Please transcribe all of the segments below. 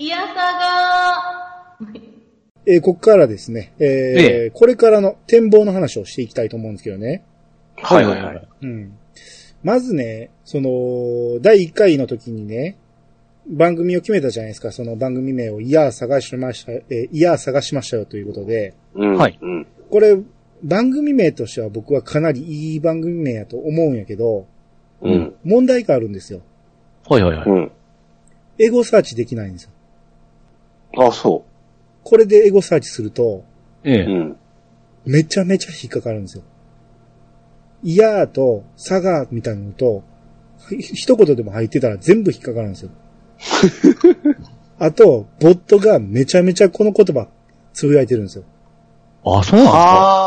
いやさがここからですね、これからの展望の話をしていきたいと思うんですけどね。 はいはいはい。 うん。まずね、第1回の時にね、番組を決めたじゃないですか。その番組名を探しましたよということで。 はい。 これ、番組名としては僕はかなりいい番組名やと思うんやけど、問題があるんですよ。 はいはいはい。 エゴサーチできないんですよ。 あ、そう。 これでエゴサーチすると、めちゃめちゃ引っかかるんですよ。いやーと、さがーみたいなのと、一言でも入ってたら全部引っかかるんですよ。あと、ボットがめちゃめちゃこの言葉つぶやいてるんですよ。 あ、そうなんですか？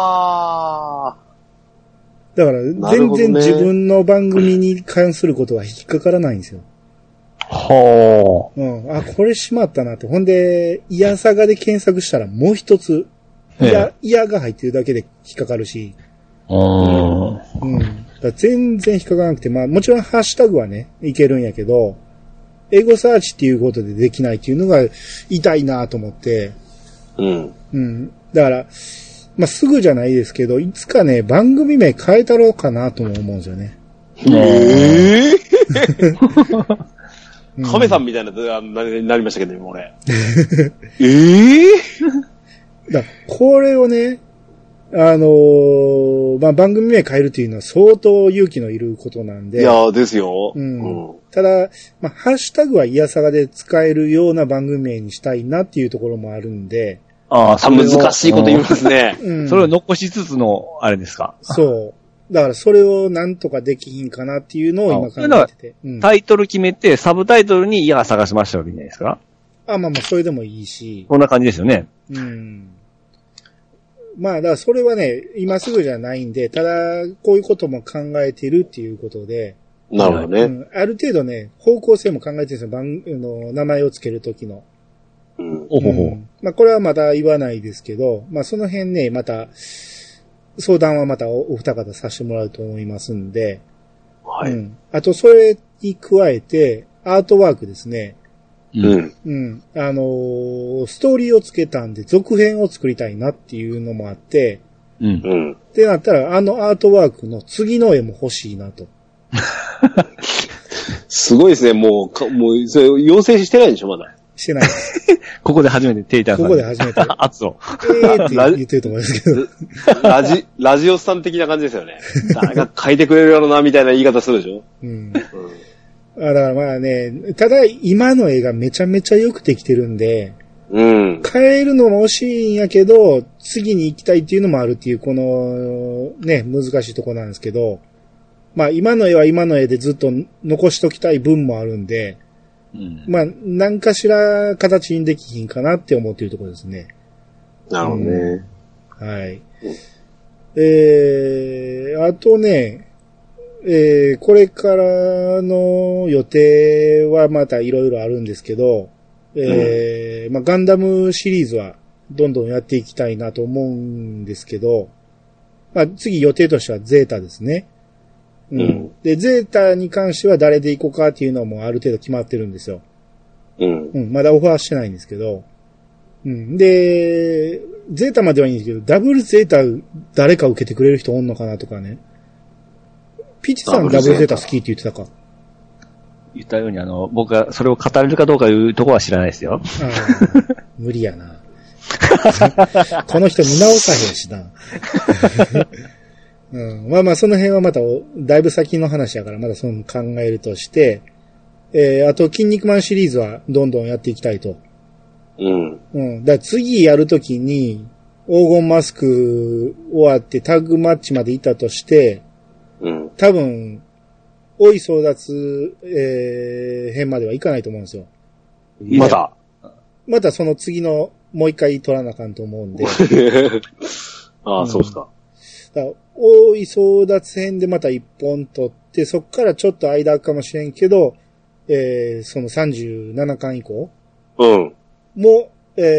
だから、全然自分の番組に関することは引っかからないんですよ。 はあ。あ、これしまったなって。ほんで、いやさがで検索したらもう一つ、いやが入ってるだけで引っかかるし。だから全然引っかからなくて、まあもちろんハッシュタグはね、いけるんやけど、エゴサーチっていうことでできないっていうのが痛いなと思って。だから、まあ、すぐじゃないですけど、いつかね、番組名変えたろうかなとも思うんですよね。 亀さんみたいな、なりましたけど、今俺。 だこれをね、まあ、番組名変えるっていうのは相当勇気のいることなんで。 いやですよ。 ただ、まあ、ハッシュタグはいやさがで使えるような番組名にしたいなっていうところもあるんで。 難しいこと言いますね。 それを残しつつの、あれですか？ そう。だからそれをなんとかできひんかなっていうのを今考えてて。 タイトル決めて、サブタイトルにいや探しましたわけじゃないですか？ まあまあ、それでもいいし。 こんな感じですよね。 まあ、だからそれはね、今すぐじゃないんで、ただ、こういうことも考えてるっていうことで。 なるほどね。 ある程度ね、方向性も考えてるんですよ。名前をつけるときの。まあ、これはまだ言わないですけど、まあ、その辺ね、また、相談はまたお二方させてもらうと思いますんで。あと、それに加えて、アートワークですね。ストーリーをつけたんで、続編を作りたいなっていうのもあって、ってなったら、アートワークの次の絵も欲しいなと。 すごいですね、もう、それ、要請してないんでしょ、まだ。 してない。 ここで初めて手いただここで初めて。 圧を。 って言ってると思いますけど。 ラジオスさん的な感じですよね。誰が書いてくれるやろな、みたいな言い方するでしょ。だからまあね、ただ今の絵がめちゃめちゃよくできてるんで、変えるのも惜しいんやけど、次に行きたいっていうのもあるっていう、このね、難しいとこなんですけど、まあ今の絵は今の絵でずっと残しときたい分もあるんで、まあ何かしら形にできひんかなって思っているところですね。 なるほどね。 はい。あとね、これからの予定はまたいろいろあるんですけど、まあ、ガンダムシリーズはどんどんやっていきたいなと思うんですけど、まあ、次予定としてはゼータですね。で、ゼータに関しては誰で行こうかっていうのはもうある程度決まってるんですよ。まだオファーしてないんですけど。で、ゼータまではいいんですけど、ダブルゼータ誰か受けてくれる人おんのかなとかね。ピチさんダブルゼータ好きって言ってたか？ 言ったように僕がそれを語れるかどうかいうところは知らないですよ。 無理やな。この人見直さへんしな。まあまあその辺はまただいぶ先の話やからまだその考えるとして、あと筋肉マンシリーズはどんどんやっていきたいと。だから次やるときに黄金マスク終わってタッグマッチまでいたとして、多分、大井争奪、編まではいかないと思うんですよ。 またその次のもう一回取らなあかんと思うんで。 そうですか。 だから大井争奪編でまた一本取って、そっからちょっと間空くかもしれんけど、その37巻以降も、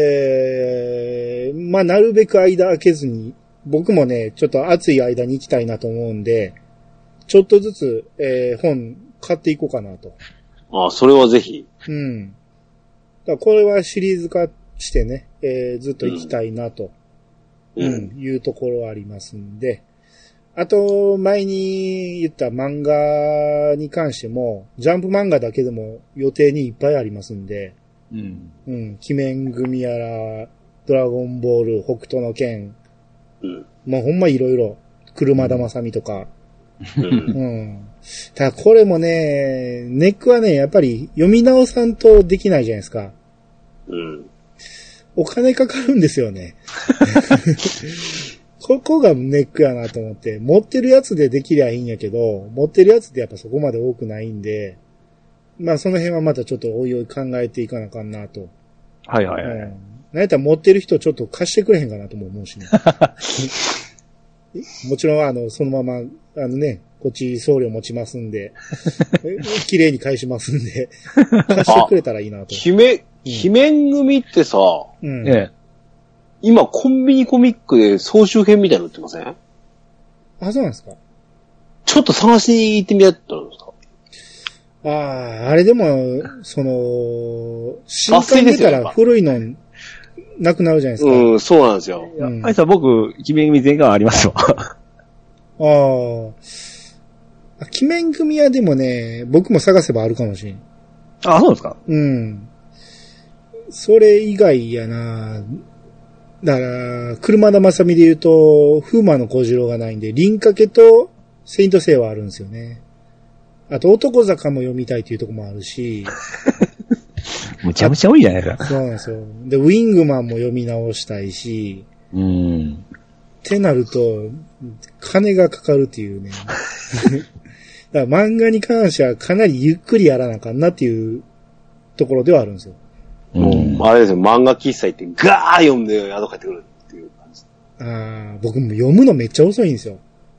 まあ、なるべく間空けずに、僕もね、ちょっと暑い間に行きたいなと思うんで、ちょっとずつ、本買っていこうかなと。 それはぜひ。 からこれはシリーズ化してね、ずっと行きたいなと、いうところはありますんで、あと、前に言った漫画に関しても、ジャンプ漫画だけでも予定にいっぱいありますんで、鬼面組やら、ドラゴンボール、北斗の拳、もうほんまいろいろ、車田正美とか、ただこれもね、ネックはね、やっぱり読み直さんとできないじゃないですか。お金かかるんですよね。ここがネックやなと思って、持ってるやつでできりゃいいんやけど、持ってるやつってやっぱそこまで多くないんで、まあその辺はまたちょっとおいおい考えていかなあかんなと。 はいはいはい。 なんやったら持ってる人ちょっと貸してくれへんかなとも思うしね。もちろんそのまま、こっち送料持ちますんで、綺麗に返しますんで、貸してくれたらいいなと。 姫組ってさ、今コンビニコミックで総集編みたいなの売ってません？ あ、そうなんですか？ ちょっと探しに行ってみたってなんですか？ あれでも、新刊出たら古いのなくなるじゃないですか。 そうなんですよ。 あいつは僕、鬼面組全巻ありますよ。 鬼面組はでもね、僕も探せばあるかもしれん。 あ、そうですか？ それ以外やな。だから、車田正美で言うと、風魔の小次郎がないんで、輪掛けとセイントセイはあるんですよね。あと、男坂も読みたいというところもあるし。 むちゃむちゃ多いじゃないですか。 そうなんですよ。で、ウィングマンも読み直したいし。ってなると、金がかかるっていうね。だから漫画に関してはかなりゆっくりやらなあかんなっていうところではあるんですよ。 あれですよ、漫画喫茶行ってガー読んで宿帰ってくるっていう感じ。 僕も読むのめっちゃ遅いんですよ。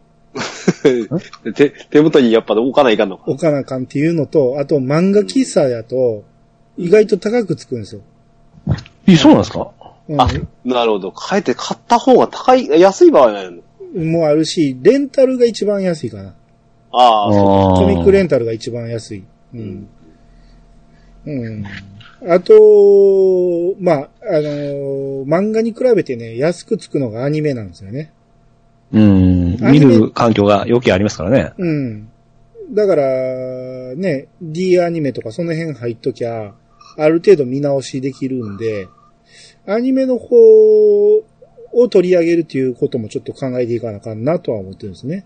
手元にやっぱ置かないかんのか。 置かなあかんっていうのと、あと漫画喫茶だと、意外と高くつくんですよ。 そうなんですか？ なるほど。かえって買った方が安い場合ないの？ もうあるし、レンタルが一番安いかな。 コミックレンタルが一番安い。あと、漫画に比べてね、安くつくのがアニメなんですよね。 見る環境が余計ありますからね。 だから、ね、D アニメとかその辺入っときゃ、ある程度見直しできるんで、アニメの方を取り上げるっていうこともちょっと考えていかなあかんなとは思ってるんですね。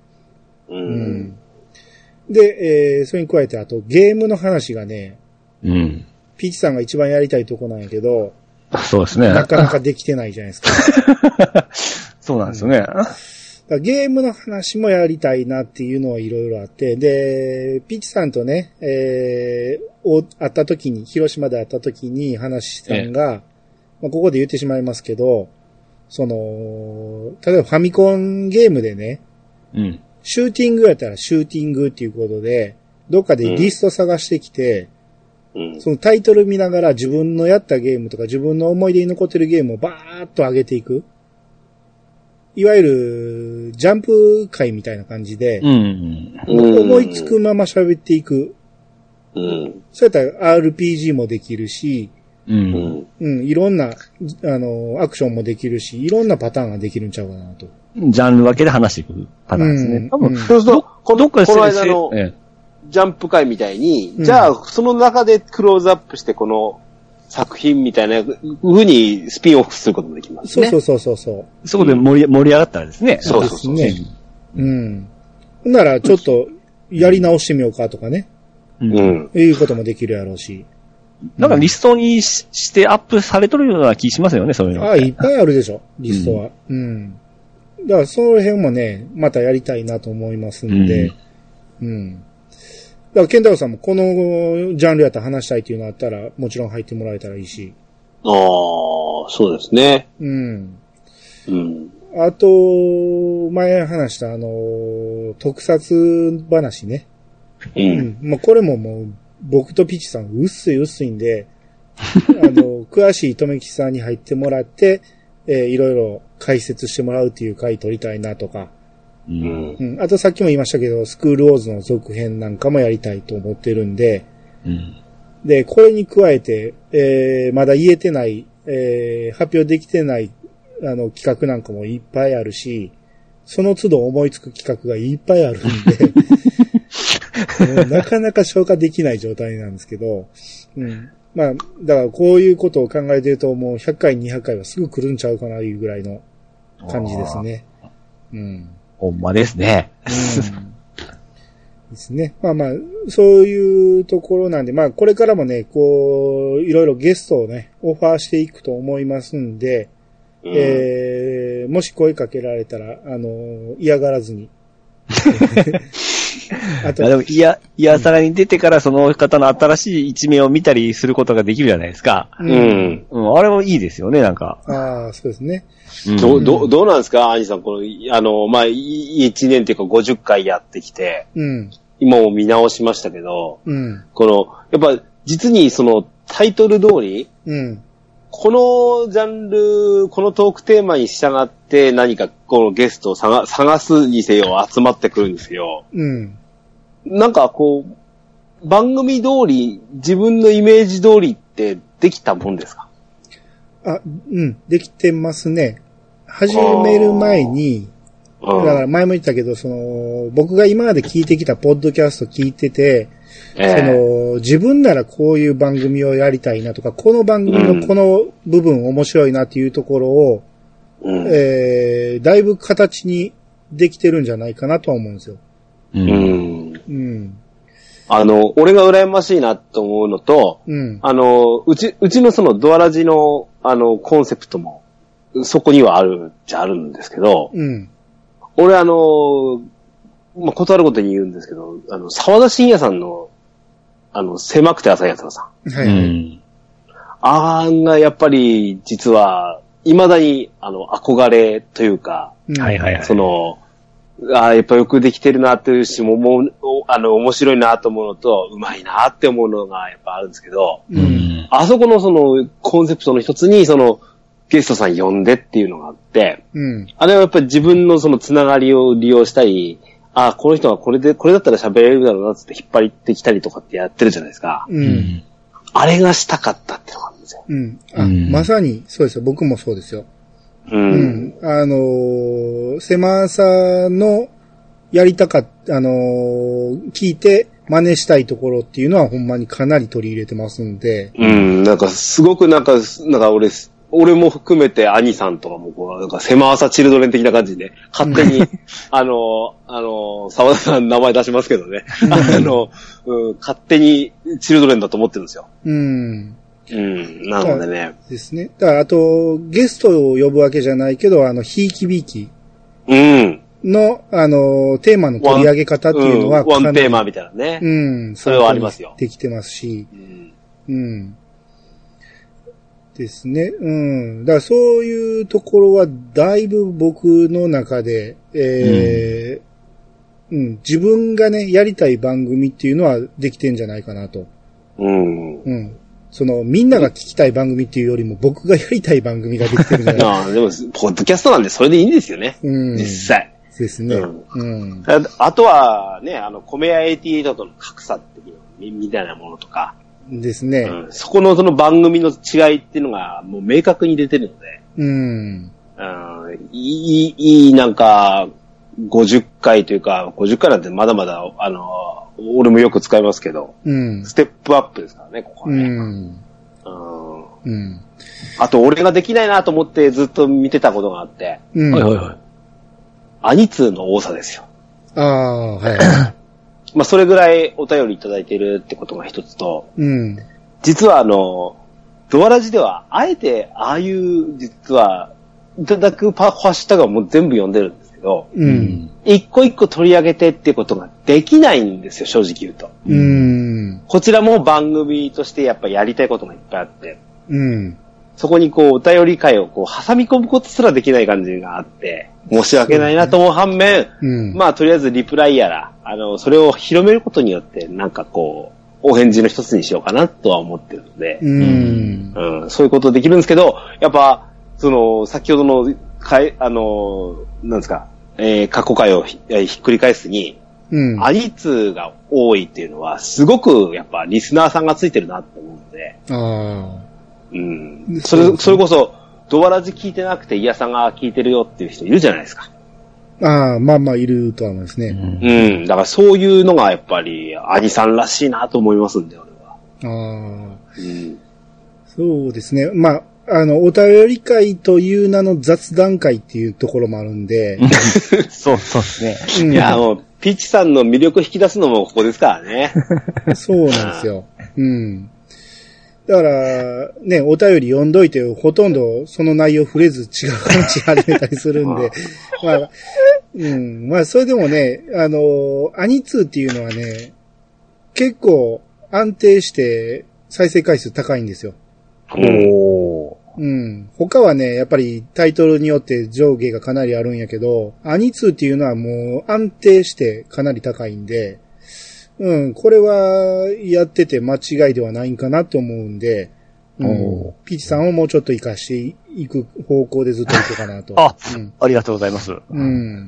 で、それに加えて、あとゲームの話がね、ピーチさんが一番やりたいとこなんやけど、 そうですね。 なかなかできてないじゃないですか。 そうなんですよね。 ゲームの話もやりたいなっていうのはいろいろあって、で、ピーチさんとね、会った時に、広島で会った時に話したのが、ここで言ってしまいますけど、例えばファミコンゲームでね、シューティングやったらシューティングっていうことで、どっかでリスト探してきて、そのタイトル見ながら自分のやったゲームとか自分の思い出に残ってるゲームをバーッと上げていく。いわゆるジャンプ会みたいな感じで、思いつくまま喋っていく。そうやったら RPG もできるし、いろんな、アクションもできるし、いろんなパターンができるんちゃうかなと。 ジャンル分けで話していくパターンですね。多分、 そうすると、この間のジャンプ会みたいに、じゃあ、その中でクローズアップしてこの作品みたいな風にスピンオフすることもできますね。 そう。 そこで盛り上がったらですね。 そうですね。なら、ちょっと、やり直してみようかとかね。いうこともできるやろうし。 なんかリストにしてアップされとるような気しますよね、そういうの。 いっぱいあるでしょ、リストは。だから、その辺もね、またやりたいなと思いますんで。だから、ケンタロウさんもこのジャンルやったら話したいっていうのあったら、もちろん入ってもらえたらいいし。 そうですね。 あと、前話した特撮話ね。もうこれももう、僕とピチさん薄いんで、詳しいとめきさんに入ってもらって、いろいろ解説してもらうっていう回取りたいなとか。あとさっきも言いましたけど、スクールウォーズの続編なんかもやりたいと思ってるんで、 で、これに加えて、まだ言えてない、発表できてない、企画なんかもいっぱいあるし、その都度思いつく企画がいっぱいあるんで、なかなか消化できない状態なんですけど、うん。まあ、だからこういうことを考えてるともう100回、200回はすぐ来るんちゃうかないうぐらいの感じですね。うん。 ほんまですね。 ですね。まあまあ、そういうところなんで、まあこれからもね、こう、いろいろゲストをね、オファーしていくと思いますんで、もし声かけられたら、嫌がらずに。 あとでも、いやさがに出てからその方の新しい一面を見たりすることができるじゃないですか。あれもいいですよね、なんか。 ああ、そうですね。 どうなんですか、兄さん、この、まあ、1年っていうか50回やってきて、今も見直しましたけど、この、やっぱ、実にその、タイトル通り、このジャンル、このトークテーマに従って何かこのゲストを探すにせよ集まってくるんですよ。なんかこう、番組通り、自分のイメージ通りってできたもんですか？ できてますね。始める前に、だから前も言ったけど、僕が今まで聞いてきたポッドキャスト聞いてて、自分ならこういう番組をやりたいなとか、この番組のこの部分面白いなっていうところを、だいぶ形にできてるんじゃないかなとは思うんですよ。 俺が羨ましいなと思うのと、うちのそのドアラジの、コンセプトも、そこにはあるんですけど、俺まあ、断ることに言うんですけど、沢田信也さんの、狭くて浅いやつらさん。あんがやっぱり、実は、未だに、憧れというか、やっぱよくできてるなっていうし、面白いなと思うのと、うまいなって思うのがやっぱあるんですけど、あそこのその、コンセプトの一つに、ゲストさん呼んでっていうのがあって、あれはやっぱり自分のそのつながりを利用したり、この人がこれだったら喋れるだろうなって引っ張ってきたりとかってやってるじゃないですか。あれがしたかったってのがあるんですよ。 まさにそうですよ。僕もそうですよ。狭さのやりたかった、聞いて真似したいところっていうのはほんまにかなり取り入れてますんで。 なんかすごくなんか俺も含めて兄さんとかもこう、なんか狭さチルドレン的な感じで、勝手に、沢田さん名前出しますけどね。勝手にチルドレンだと思ってるんですよ。なのでね。 ですね。だからあと、ゲストを呼ぶわけじゃないけど、ひいきびいき。の、テーマの取り上げ方っていうのは、 ワンテーマみたいなね。それはありますよ。 できてますし。ですね。だからそういうところはだいぶ僕の中で、自分がね、やりたい番組っていうのはできてんじゃないかなと。みんなが聞きたい番組っていうよりも僕がやりたい番組ができてるんじゃないかでも、ポッドキャストなんでそれでいいんですよね。実際。 ですね。 あとはね、米屋88との格差っていうみたいなものとか。 ですね。 そこのその番組の違いっていうのがもう明確に出てるので。いいなんか、50回というか、50回なんてまだまだ、俺もよく使いますけど、ステップアップですからね、ここはね。あと、俺ができないなと思ってずっと見てたことがあって、アニツーの多さですよ。まあ、それぐらいお便りいただいているってことが一つと、実はドアラジでは、あえて、ああいう、実は、いただくハッシュタグはもう全部読んでるんですけど、一個一個取り上げてっていうことができないんですよ、正直言うと。こちらも番組としてやっぱやりたいことがいっぱいあって、そこにこう、お便り会をこう、挟み込むことすらできない感じがあって、申し訳ないなと思う反面、まあ、とりあえずリプライやら、それを広めることによって、なんかこう、お返事の一つにしようかなとは思ってるので、そういうことできるんですけど、やっぱ、先ほどのなんですか、過去回をひっくり返すに、 うん。アニツが多いっていうのは、すごくやっぱリスナーさんがついてるなって思うので。 ああ。 うん。それこそ、ドアラジ聞いてなくてイヤさが聞いてるよっていう人いるじゃないですか。 ああ、まあまあいるとは思いますね。 うん。だからそういうのがやっぱり、アニさんらしいなと思いますんで、俺は。 ああ。うん。そうですね。まあ、お便り会という名の雑談会っていうところもあるんで。 そうですね。いや、もう、ピッチさんの魅力引き出すのもここですからね。 そうなんですよ。うん。だから、ね、お便り読んどいて、ほとんどその内容触れず違う話始めたりするんで、まあ、うん。まあ、それでもね、アニツーっていうのはね、結構安定して再生回数高いんですよ。 おー。 うん。他はね、やっぱりタイトルによって上下がかなりあるんやけど、アニツーっていうのはもう安定してかなり高いんで、うん、これはやってて間違いではないんかなと思うんで、うん、ピーチさんをもうちょっと活かしていく方向でずっといこうかなと。 うん、ありがとうございます。 うん。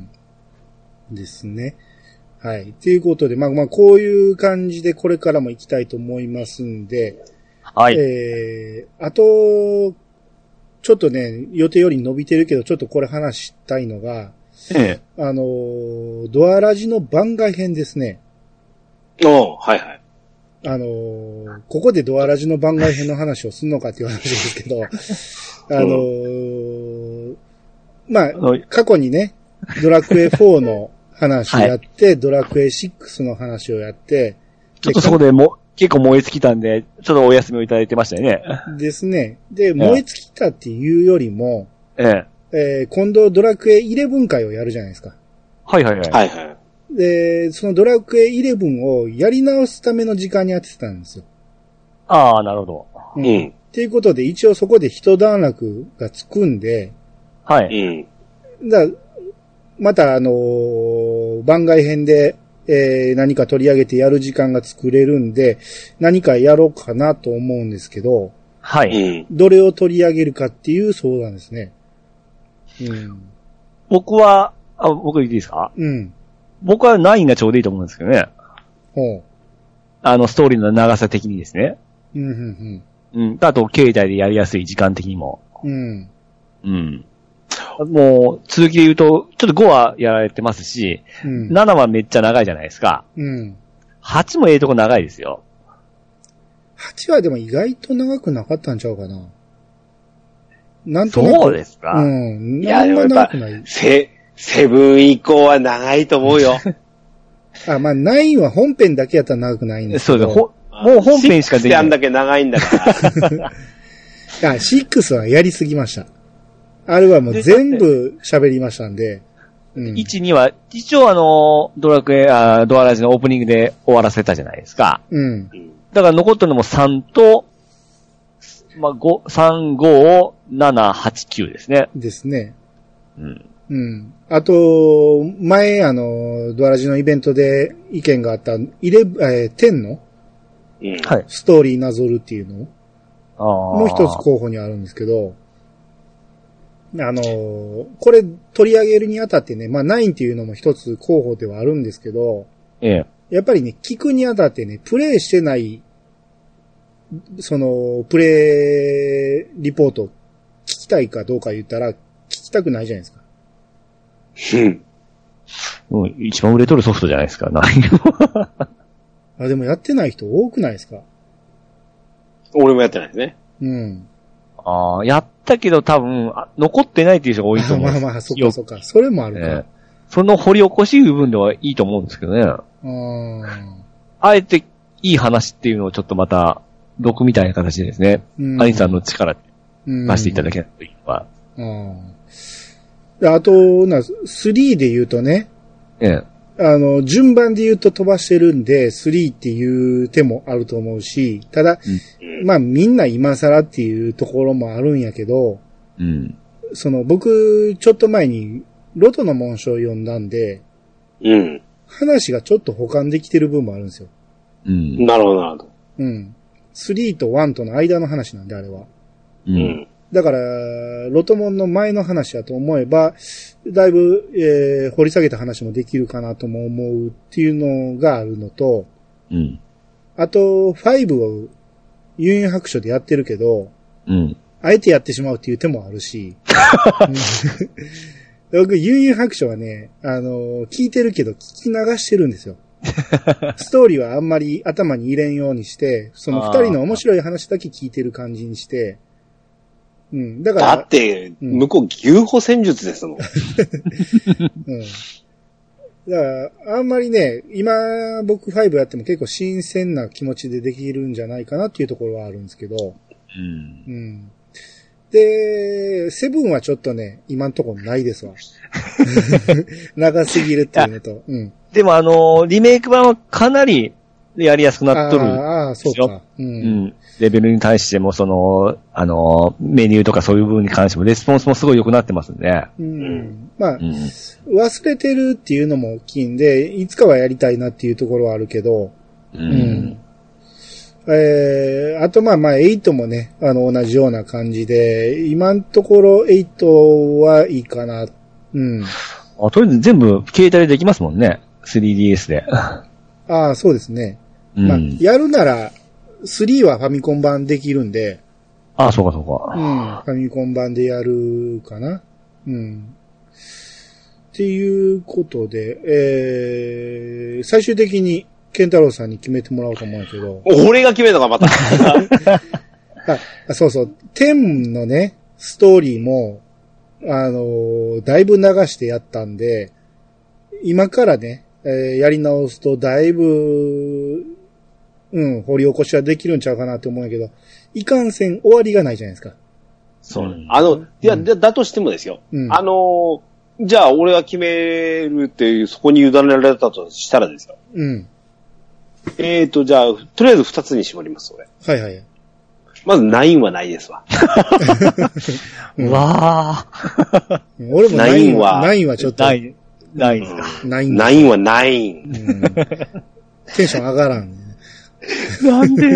ですね。はい。ということで、まあこういう感じでこれからも行きたいと思いますんで、 はい。 あと、ちょっとね、予定より伸びてるけど、ちょっとこれ話したいのが、ドアラジの番外編ですね。 はいはい。 ここでドアラジの番外編の話をするのかっていう話ですけど、まあ、過去にね、ドラクエ4の話をやって、はい、ドラクエ6の話をやって、 ちょっとそこで結構燃え尽きたんで、ちょっとお休みをいただいてましたよね。 ですね。で、燃え尽きたっていうよりも、今度ドラクエ11回をやるじゃないですか。 はいはいはい。 はいはい。 で、そのドラクエ11をやり直すための時間に当ててたんですよ。 ああ、なるほど。 うん。っていうことで、一応そこで一段落がつくんで、 はい。 また番外編で、何か取り上げてやる時間が作れるんで、何かやろうかなと思うんですけど、 はい。 どれを取り上げるかっていう相談ですね。うん。 僕言っていいですか？ うん。 僕は9がちょうどいいと思うんですけどね。 ほう。 ストーリーの長さ的にですね。 うん。 あと、携帯でやりやすい時間的にも。 うん。 うん。もう、続きで言うと、ちょっと5はやられてますし、7はめっちゃ長いじゃないですか。 うん。 8もとこ長いですよ。 8はでも意外と長くなかったんちゃうかな。なんとなく。そうですか。 うん。いや、でもやっぱ、 セブン以降は長いと思うよ。 まあ、9は本編だけやったら長くないんですけど。 そうです。もう本編しかできない。 6あんだけ長いんだから。 6はやりすぎました。あれはもう全部喋りましたんで。 1、2は、一応ドララジのオープニングで終わらせたじゃないですか。 うん。 だから残ってるのも3と、まあ、3、5、7、8、9ですね。 ですね。 うん。 うん。あと、前、ドアラジのイベントで意見があった、10の、 はい。 ストーリーなぞるっていうのもう一つ候補にあるんですけど、これ取り上げるにあたってね、まあ9っていうのも一つ候補ではあるんですけど、やっぱりね、聞くにあたってね、プレイしてない、プレイリポート聞きたいかどうか言ったら、聞きたくないじゃないですか。 一番売れとるソフトじゃないですか、 でもやってない人多くないですか？ 俺もやってないですね。 うん。 やったけど多分、残ってないっていう人が多いと思う。 まあ、そっか。それもあるか。 その掘り起こし部分ではいいと思うんですけどね。あえていい話っていうのをちょっとまた、毒みたいな形でですね、アニさんの力出していただけないというのは。 あと、3で言うとね、順番で言うと飛ばしてるんで、3っていう手もあると思うし、ただ、まあみんな今更っていうところもあるんやけど、僕、ちょっと前に、ロトの紋章を読んだんで、話がちょっと補完できてる部分もあるんですよ。 なるほど、なるほど。 3と1との間の話なんで、あれは。 だから、ロトモンの前の話だと思えば、だいぶ、掘り下げた話もできるかなとも思うっていうのがあるのと、 うん。あと、5をユンユン白書でやってるけど、 うん。 あえてやってしまうっていう手もあるし、僕、ユンユン白書はね、聞いてるけど聞き流してるんですよ。ストーリーはあんまり頭に入れんようにして、その二人の面白い話だけ聞いてる感じにして、うん。だから。 だって、向こう牛歩戦術ですもん。 うん。だから、あんまりね、今、僕5やっても結構新鮮な気持ちでできるんじゃないかなっていうところはあるんですけど。 うん。 うん。で、7はちょっとね、今んところないですわ。長すぎるっていうのと。うん。 でもリメイク版はかなりやりやすくなっとる。 ああ、そうか。うん。 うん。レベルに対しても、メニューとかそういう部分に関しても、レスポンスもすごい良くなってますんで。 うん。まあ、忘れてるっていうのも大きいんで、いつかはやりたいなっていうところはあるけど、 うん。 あと8もね、同じような感じで、今のところ8はいいかな。うん。 とりあえず全部携帯でできますもんね。3DS で。 ああ、そうですね。 うん。 まあ、やるなら、3はファミコン版できるんで。 ああ、そうかそうか。 うん。ファミコン版でやるかな。うん。っていうことで、最終的に、ケンタロウさんに決めてもらおうと思うんだけど。 俺が決めたのか、また。 そうそう。10のね、ストーリーも、だいぶ流してやったんで、今からね、やり直すとだいぶ、掘り起こしはできるんちゃうかなって思うんやけど、いかんせん終わりがないじゃないですか。 そう。だとしてもですよ。うん、じゃあ俺が決めるっていう、そこに委ねられたとしたらですよ。 うん。 じゃあ、とりあえず2つに絞ります、俺。 はいはい。 まず9はないですわ。 うわぁ。俺も9はちょっと。 9ですか。 9は9。 テンション上がらん。 なんで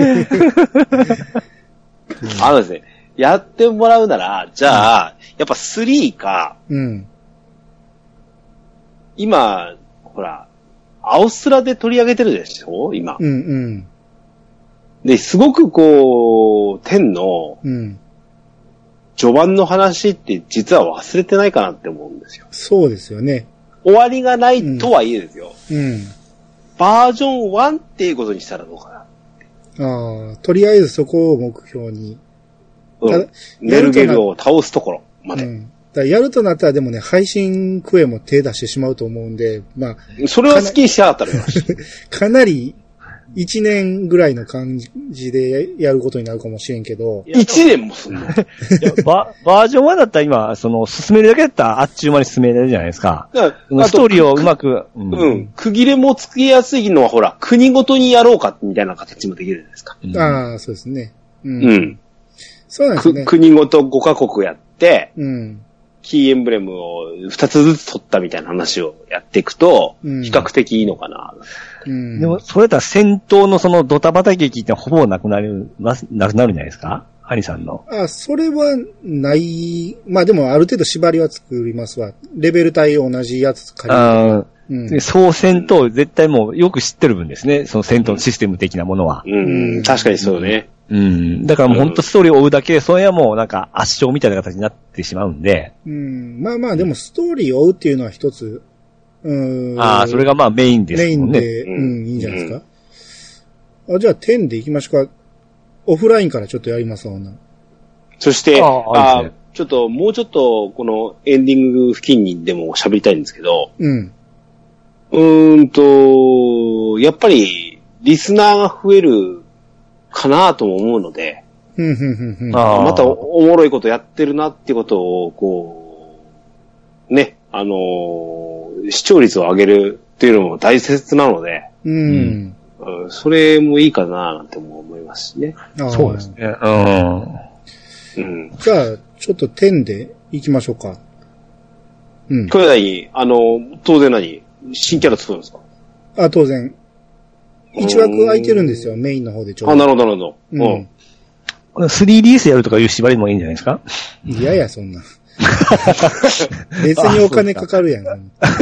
ですね、やってもらうなら、じゃあ、やっぱ3か、今、ほら、青スラで取り上げてるでしょ今。で、すごく10の、序盤の話って実は忘れてないかなって思うんですよ。 そうですよね。 終わりがないとはいえですよ。バージョン1っていうことにしたらどうかな。 とりあえずそこを目標に。 ネルゲルを倒すところまで。 だやるとなったらでもね、配信クエも手出してしまうと思うんで、まあ。 それは好きにしちゃったらよ。 かなり、1年ぐらいの感じでやることになるかもしれんけど。 1年もすんのバージョン1だったら今、進めるだけだったらあっちゅう間に進められるじゃないですか。ストーリーをうまく。 区切れもつけやすいのはほら、国ごとにやろうかみたいな形もできるじゃないですか。 ああ、そうですね。そうなんですね。 国ごと5カ国やって、 うん。 キーエンブレムを2つずつ取ったみたいな話をやっていくと、比較的いいのかな。 でも、それだったら戦闘のそのドタバタ劇ってほぼなくなるんじゃないですか？ハニさんの。 それはない。まあでもある程度縛りは作りますわ。レベル帯同じやつ借りる。 そう戦闘絶対もうよく知ってる分ですね。その戦闘のシステム的なものは。 確かにそうね。 だからもう本当ストーリーを追うだけで、それはもうなんか圧勝みたいな形になってしまうんで。 まあまあでもストーリーを追うっていうのは一つ、 それがまあメインですもんね。 メインで、いいんじゃないですか。じゃあ10で行きましょうか。オフラインからちょっとやりますわな。 そして、ちょっともうちょっとこのエンディング付近にでも喋りたいんですけど、やっぱりリスナーが増えるかなとも思うので、またおもろいことやってるなってことを、ね、視聴率を上げるっていうのも大切なので、それもいいかななんて思いますしね。 そうですね。じゃあ、ちょっと10で行きましょうか。 これ当然新キャラ作るんですか？ 当然。1枠空いてるんですよ、メインの方でちょうど。 なるほど。 3DS やるとかいう縛りもいいんじゃないですか？ いやいや、そんな。別にお金かかるやん。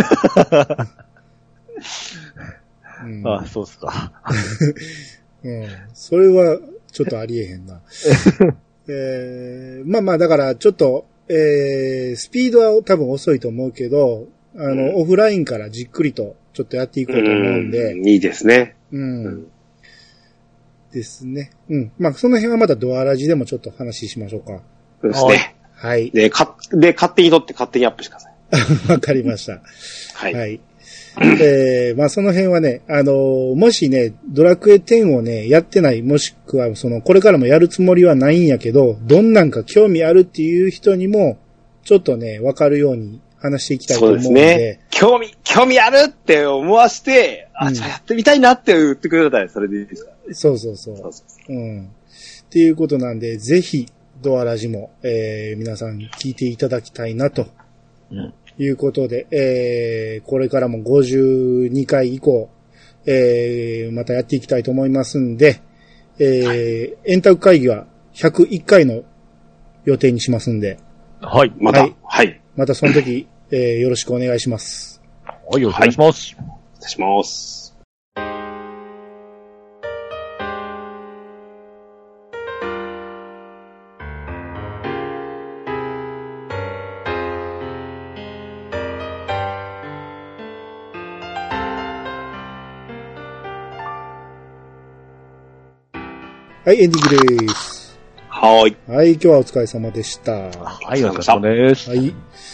あ、そうっすか。 うん。それは、ちょっとありえへんな。まあまあ、だから、ちょっと、スピードは多分遅いと思うけど、オフラインからじっくりと、ちょっとやっていこうと思うんで。 いいですね。 ですね。まあ、その辺はまたドアラジでもちょっと話しましょうか。 そうですね。 はい。 で、勝手に撮って勝手にアップしてください。わかりました。 はい。 はい。まあその辺はね、もしね、ドラクエ10をね、やってない、もしくはこれからもやるつもりはないんやけど、どんなんか興味あるっていう人にも、ちょっとね、わかるように話していきたいと思うので。そうですね。 興味あるって思わして、じゃあやってみたいなって言ってくれたらそれでいいですか？ そう。っていうことなんで、ぜひ、ドアラジも、皆さん聞いていただきたいなと。いうことで、これからも52回以降、またやっていきたいと思いますんで、円卓会議は101回の予定にしますんで。 はい。 またその時、よろしくお願いします。 はい、よろしくお願いします。 お願いします。 はい、エンディングです。 はい。 はい、今日はお疲れ様でした。 はい、お疲れ様です。 はい。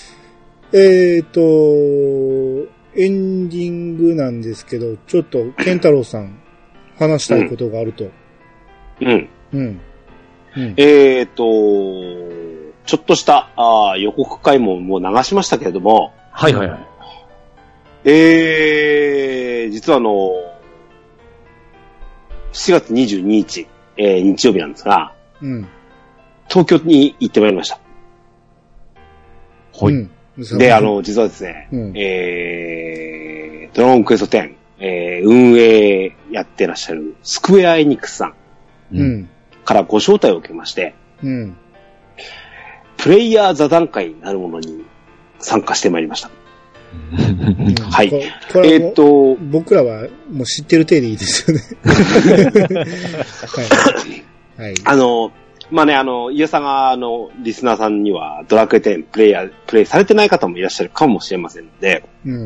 エンディングなんですけど、ちょっと、ケンタロウさん、話したいことがあると。 ちょっとした予告回ももう流しましたけれども。 はい。 実は7月22日、日曜日なんですが、東京に行ってまいりました。 はい。 で、実はですね、ドラゴンクエスト10、運営やってらっしゃるスクエアエニックスさんからご招待を受けまして、プレイヤー座談会なるものに参加してまいりました。はい。 僕らはもう知ってる体でいいですよね。はい。 まあね、イヤサガのリスナーさんにはドラクエ10プレイされてない方もいらっしゃるかもしれませんので、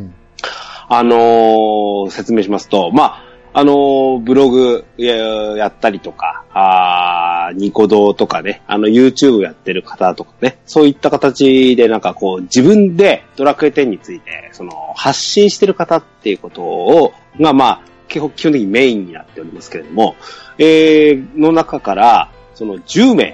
説明しますと、まあ、ブログやったりとか、ニコ動とかね、YouTube やってる方とかね、そういった形でなんかこう、自分でドラクエ10について、発信してる方っていうことが、まあ、基本的にメインになっておりますけれども、の中から、10名、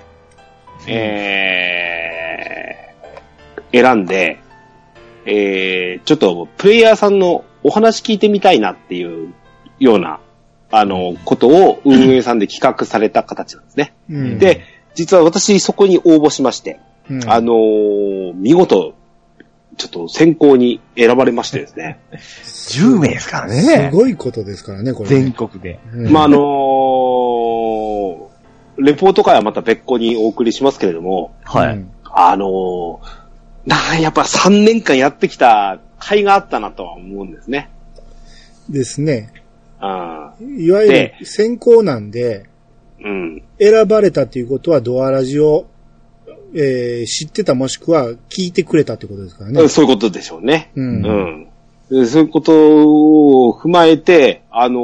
選んで、ちょっとプレイヤーさんのお話聞いてみたいなっていうような、ことを運営さんで企画された形なんですね。で、実は私そこに応募しまして、見事、ちょっと選考に選ばれましてですね。 10名ですからね。 すごいことですからね、これ、ね。 全国で。 まあ、レポート会はまた別個にお送りしますけれども、 はい。 やっぱ3年間やってきた甲斐があったなとは思うんですね。 ですね。いわゆる選考なんで、選ばれたということはドアラジを、知ってたもしくは聞いてくれたってことですからね。 そういうことでしょうね。そういうことを踏まえて、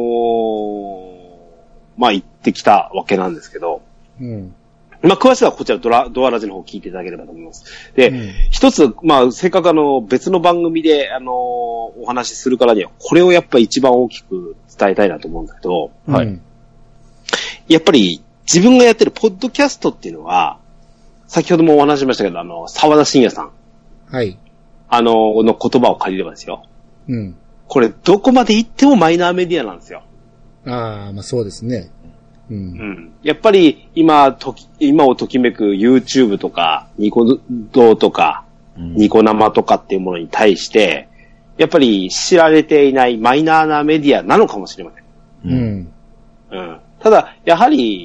まあ、行ってきたわけなんですけど、まあ、詳しくはこちらドアラジの方を聞いていただければと思います。で、一つ、まあ、せっかく別の番組で、お話しするからには、これをやっぱり一番大きく伝えたいなと思うんだけど、やっぱり自分がやってるポッドキャストっていうのは、先ほどもお話ししましたけど、沢田信也さん。 はい。 の言葉を借りればですよ。これ、どこまで行ってもマイナーメディアなんですよ。 まあそうですね。 やっぱり今をときめく YouTube とか、ニコ動とか、ニコ生とかっていうものに対して、やっぱり知られていないマイナーなメディアなのかもしれません。ただ、やはり、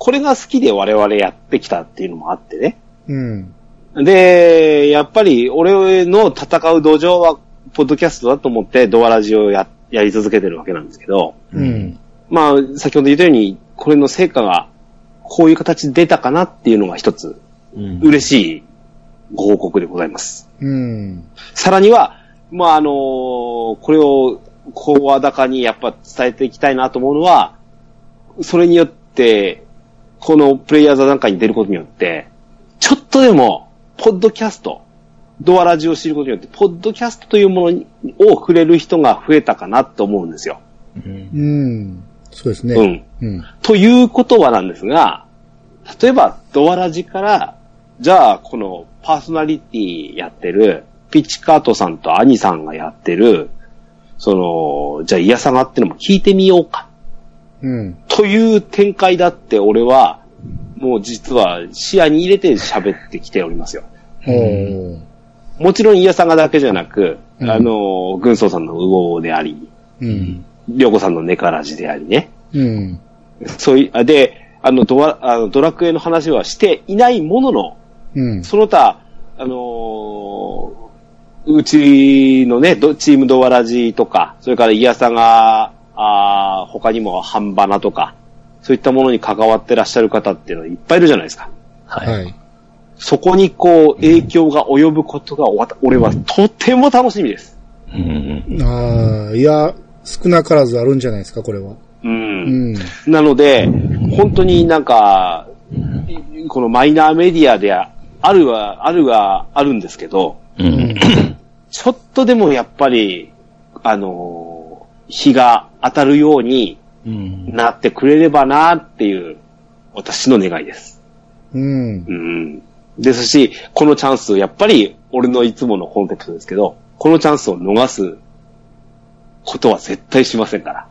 これが好きで我々やってきたっていうのもあってね。 うん。 で、やっぱり俺の戦う土壌は、ポッドキャストだと思って、ドアラジをやり続けてるわけなんですけど、 うん。 まあ、先ほど言ったように、これの成果が、こういう形で出たかなっていうのが一つ、嬉しいご報告でございます。 うん。 さらには、まあ、これを、声高にやっぱ伝えていきたいなと思うのは、それによって、このプレイヤー座談会に出ることによって、ちょっとでも、ポッドキャスト、ドアラジを知ることによって、ポッドキャストというものを触れる人が増えたかなと思うんですよ。 うん。そうですね。 うん。ということはなんですが、例えば、ドアラジから、じゃあ、このパーソナリティやってる、ピッチカートさんとアニさんがやってる、じゃあ、イヤサガってのも聞いてみようか。 うん。 という展開だって俺は、もう実は視野に入れて喋ってきておりますよ。もちろんイヤサガだけじゃなく、軍曹さんのウオーであり、りょうこさんのネカラジでありね。そういう、で、ドラクエの話はしていないものの、その他、うちのね、チームドアラジとか、それからイヤサガ、他にもハンバナとか、そういったものに関わってらっしゃる方っていうのはいっぱいいるじゃないですか。 はい。 そこにこう、影響が及ぶことが、俺はとても楽しみです。 いや、少なからずあるんじゃないですか、これは。 なので、本当になんか、このマイナーメディアであるんですけど、ちょっとでもやっぱり、日が当たるようになってくれればなっていう、私の願いです。ですし、このチャンス、やっぱり俺のいつものコンセプトですけど、このチャンスを逃すことは絶対しませんから。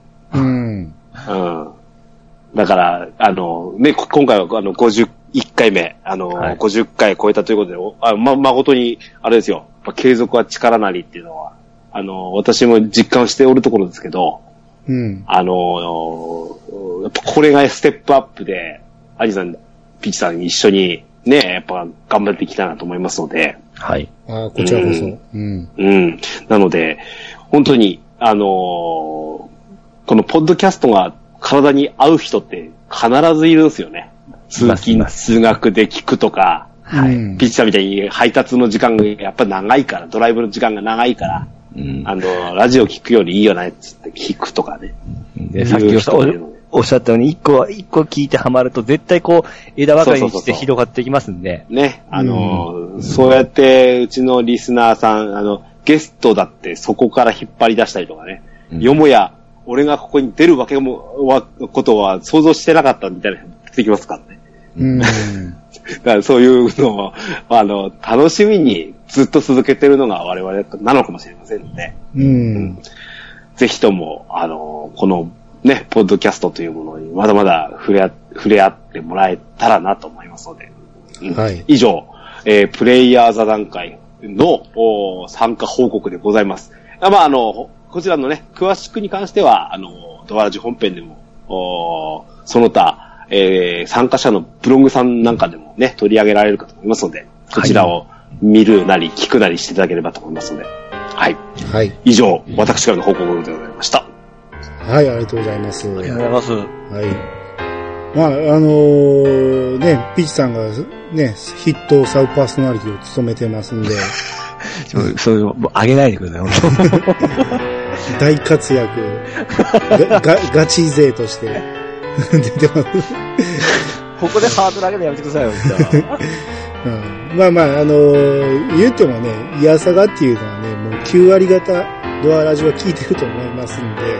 だから、ね、今回は51回目、50回超えたということで、誠に、あれですよ、継続は力なりっていうのは、私も実感しておるところですけど、やっぱこれがステップアップで、アニさん、ピッチさんに一緒にね、やっぱ頑張っていきたいなと思いますので。 はい。 こちらこそ。 なので、本当に、このポッドキャストが体に合う人って必ずいるんですよね。通勤、通学で聞くとか、ピッチさんみたいに配達の時間がやっぱ長いから、ドライブの時間が長いから、ラジオ聞くよりいいよねっつって聞くとかね。 で、さっきおっしゃったように、一個聞いてハマると絶対こう、枝分かれにして広がっていきますんで。 ね。そうやって、うちのリスナーさん、ゲストだってそこから引っ張り出したりとかね。よもや、俺がここに出ることは想像してなかったみたいなのが出てきますからね。だからそういうのを、楽しみにずっと続けてるのが我々なのかもしれませんので。ぜひとも、このね、ポッドキャストというものにまだまだ触れ合ってもらえたらなと思いますので。以上、プレイヤー座談会の参加報告でございます。こちらのね、詳しくに関しては、ドアラジ本編でも、その他、参加者のブログさんなんかでもね、取り上げられるかと思いますので、そちらを見るなり聞くなりしていただければと思いますので。はい。 はい。 以上、私からの報告でございました。 はい、ありがとうございます。 ありがとうございます。 はい。ね、ピッチさんがね、筆頭サブパーソナリティを務めてますんで。 そういうの、あげないでください、本当大活躍。ガチ勢として出てます。 ここでハードル上げるのやめてくださいよ、 言ってもね、イヤサガっていうのはね、もう9割方ドアラジは聞いてると思いますんで、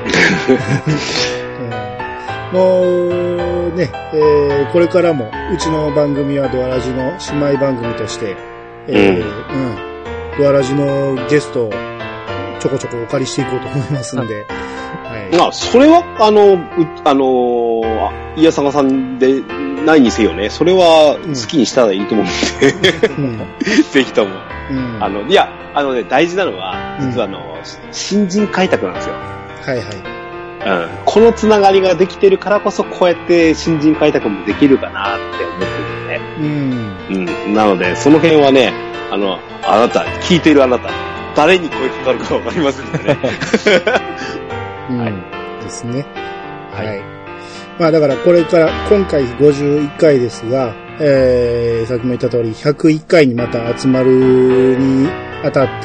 もうね、これからもうちの番組はドアラジの姉妹番組として、ドアラジのゲストをちょこちょこお借りしていこうと思いますんで、 それはイヤサガさんでないにせよね、それは好きにしたらいいと思うんで、ぜひとも。いや、大事なのは、実は新人開拓なんですよ。 はいはい。 このつながりができてるからこそ、こうやって新人開拓もできるかなって思ってるんでね。なので、その辺はね、あなた、聞いてるあなた、誰に声かかるかわかりませんのでね。 はい。ですね。はい。まあだからこれから、今回51回ですが、さっきも言った通り、101回にまた集まるにあたって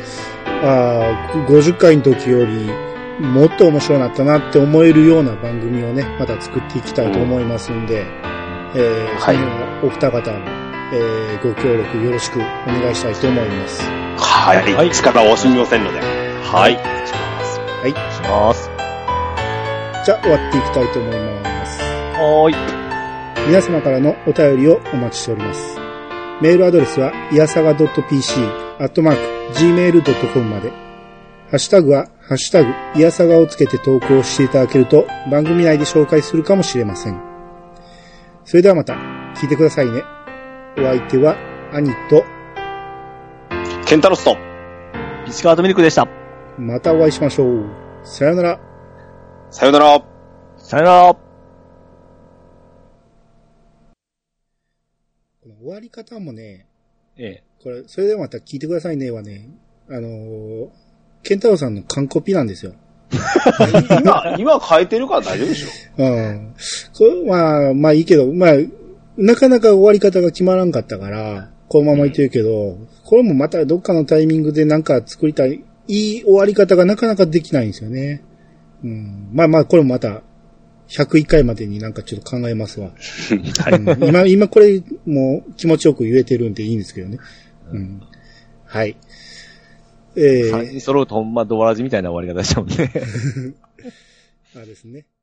、50回の時よりもっと面白くなったなって思えるような番組をね、また作っていきたいと思いますんで、はい。お二方も、ご協力よろしくお願いしたいと思います。 はい。はい、力を惜しみませんので。はい。お願いします。 はい。お願いします。じゃあ終わっていきたいと思います。 はーい。 皆様からのお便りをお待ちしております。メールアドレスは、いやさが .pc@gmail.com まで。ハッシュタグは、ハッシュタグ、いやさがをつけて投稿していただけると、番組内で紹介するかもしれません。それではまた、聞いてくださいね。お相手は、兄と、 ケンタロスと、 石川とミルクでした。 またお会いしましょう。さよなら。 さよなら。 さよなら。 終わり方もね、 これ、それではまた聞いてくださいねはね、ケンタロウさんの完コピなんですよ。 今変えてるから大丈夫でしょ。 これまあいいけど、なかなか終わり方が決まらんかったから、このまま言ってるけど、これもまたどっかのタイミングでなんか作りたい、いい終わり方がなかなかできないんですよね。これもまた、101回までになんかちょっと考えますわ。今これもう気持ちよく言えてるんでいいんですけどね。はい。 3人揃うとほんまドアラジみたいな終わり方したもんね。 ですね。